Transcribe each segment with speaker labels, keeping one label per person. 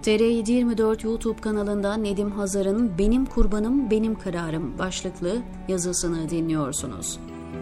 Speaker 1: TR724 YouTube kanalında Nedim Hazar'ın "Benim Kurbanım Benim Kararım" başlıklı yazısını dinliyorsunuz.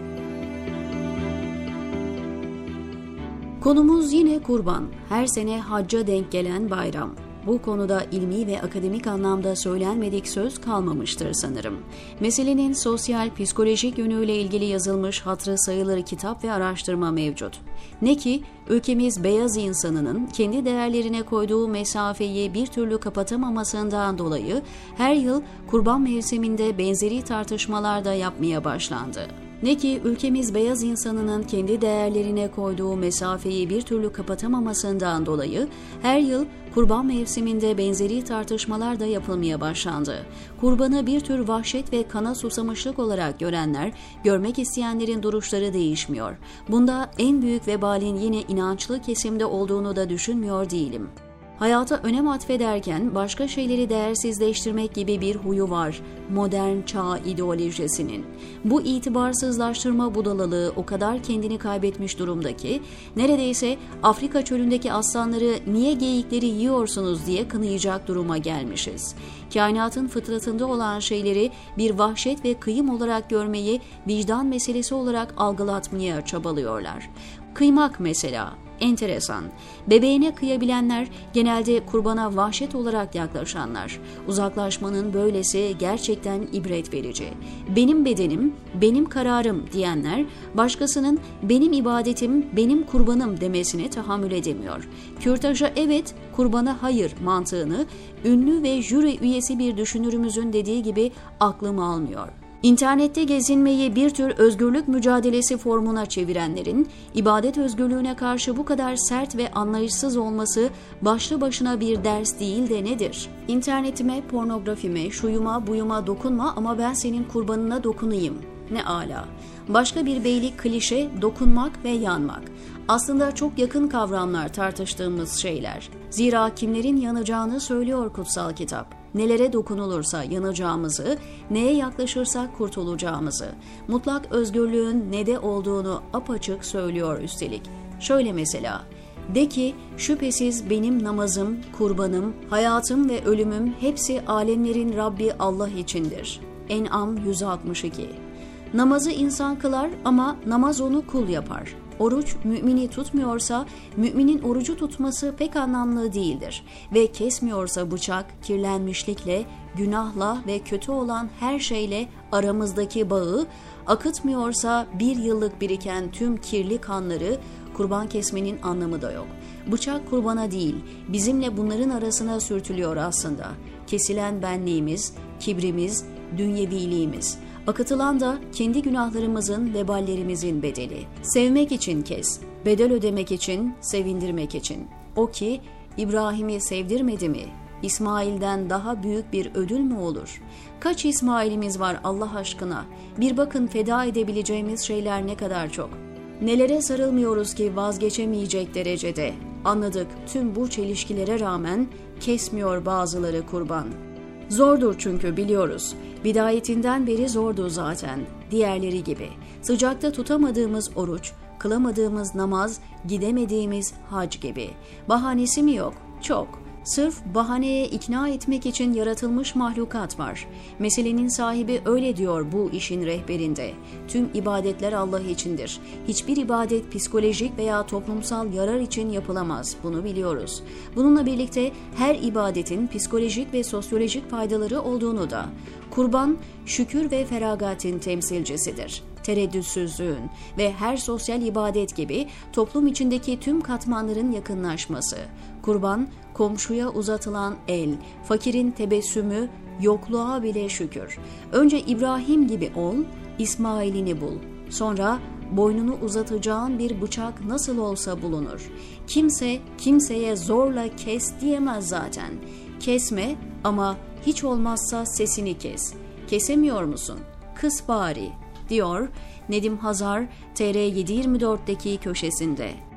Speaker 1: Konumuz yine kurban. Her sene hacca denk gelen bayram. Bu konuda ilmi ve akademik anlamda söylenmedik söz kalmamıştır sanırım. Meselenin sosyal, psikolojik yönüyle ilgili yazılmış hatırı sayılır kitap ve araştırma mevcut. Ne ki ülkemiz beyaz insanının kendi değerlerine koyduğu mesafeyi bir türlü kapatamamasından dolayı her yıl kurban mevsiminde benzeri tartışmalar da yapmaya başlandı. Ne ki ülkemiz beyaz insanının kendi değerlerine koyduğu mesafeyi bir türlü kapatamamasından dolayı her yıl kurban mevsiminde benzeri tartışmalar da yapılmaya başlandı. Kurbanı bir tür vahşet ve kana susamışlık olarak görenler, görmek isteyenlerin duruşları değişmiyor. Bunda en büyük vebalin yine inançlı kesimde olduğunu da düşünmüyor değilim. Hayata önem atfederken başka şeyleri değersizleştirmek gibi bir huyu var modern çağ ideolojisinin. Bu itibarsızlaştırma budalalığı o kadar kendini kaybetmiş durumda ki neredeyse Afrika çölündeki aslanları niye geyikleri yiyorsunuz diye kınayacak duruma gelmişiz. Kainatın fıtratında olan şeyleri bir vahşet ve kıyım olarak görmeyi vicdan meselesi olarak algılatmaya çabalıyorlar. Kıymak mesela. Enteresan. Bebeğine kıyabilenler genelde kurbana vahşet olarak yaklaşanlar. Uzaklaşmanın böylesi gerçekten ibret verici. Benim bedenim, benim kararım diyenler başkasının benim ibadetim, benim kurbanım demesine tahammül edemiyor. Kürtaja evet, kurbana hayır mantığını ünlü ve jüri üyesi bir düşünürümüzün dediği gibi aklım almıyor. İnternette gezinmeyi bir tür özgürlük mücadelesi formuna çevirenlerin ibadet özgürlüğüne karşı bu kadar sert ve anlayışsız olması başlı başına bir ders değil de nedir? İnternetime, pornografime, şuyuma, buyuma dokunma ama ben senin kurbanına dokunayım. Ne âlâ. Başka bir beylik klişe dokunmak ve yanmak. Aslında çok yakın kavramlar tartıştığımız şeyler. Zira kimlerin yanacağını söylüyor kutsal kitap. Nelere dokunulursa yanacağımızı, neye yaklaşırsak kurtulacağımızı, mutlak özgürlüğün ne de olduğunu apaçık söylüyor üstelik. Şöyle mesela, de ki şüphesiz benim namazım, kurbanım, hayatım ve ölümüm hepsi alemlerin Rabbi Allah içindir. En'am 162. Namazı insan kılar ama namaz onu kul yapar. Oruç mümini tutmuyorsa müminin orucu tutması pek anlamlı değildir ve kesmiyorsa bıçak kirlenmişlikle, günahla ve kötü olan her şeyle aramızdaki bağı, akıtmıyorsa bir yıllık biriken tüm kirli kanları kurban kesmenin anlamı da yok. Bıçak kurbana değil, bizimle bunların arasına sürtülüyor aslında. Kesilen benliğimiz, kibrimiz, dünyeviliğimiz. Akıtılan da kendi günahlarımızın, veballerimizin bedeli. Sevmek için kes, bedel ödemek için, sevindirmek için. O ki İbrahim'i sevdirmedi mi? İsmail'den daha büyük bir ödül mü olur? Kaç İsmail'imiz var Allah aşkına? Bir bakın feda edebileceğimiz şeyler ne kadar çok. Nelere sarılmıyoruz ki vazgeçemeyecek derecede. Anladık, tüm bu çelişkilere rağmen kesmiyor bazıları kurban. Zordur çünkü biliyoruz. Bidayetinden beri zordu zaten. Diğerleri gibi. Sıcakta tutamadığımız oruç, kılamadığımız namaz, gidemediğimiz hac gibi. Bahanesi mi yok? Çok. Sırf bahaneye ikna etmek için yaratılmış mahlukat var. Meselenin sahibi öyle diyor bu işin rehberinde. Tüm ibadetler Allah içindir. Hiçbir ibadet psikolojik veya toplumsal yarar için yapılamaz. Bunu biliyoruz. Bununla birlikte her ibadetin psikolojik ve sosyolojik faydaları olduğunu da. Kurban, şükür ve feragatin temsilcisidir. Tereddütsüzlüğün ve her sosyal ibadet gibi toplum içindeki tüm katmanların yakınlaşması. Kurban, komşuya uzatılan el, fakirin tebessümü, yokluğa bile şükür. Önce İbrahim gibi ol, İsmail'ini bul. Sonra boynunu uzatacağın bir bıçak nasıl olsa bulunur. Kimse kimseye zorla kes diyemez zaten. Kesme ama hiç olmazsa sesini kes. Kesemiyor musun? Kıs bari, diyor Nedim Hazar TR724'deki köşesinde.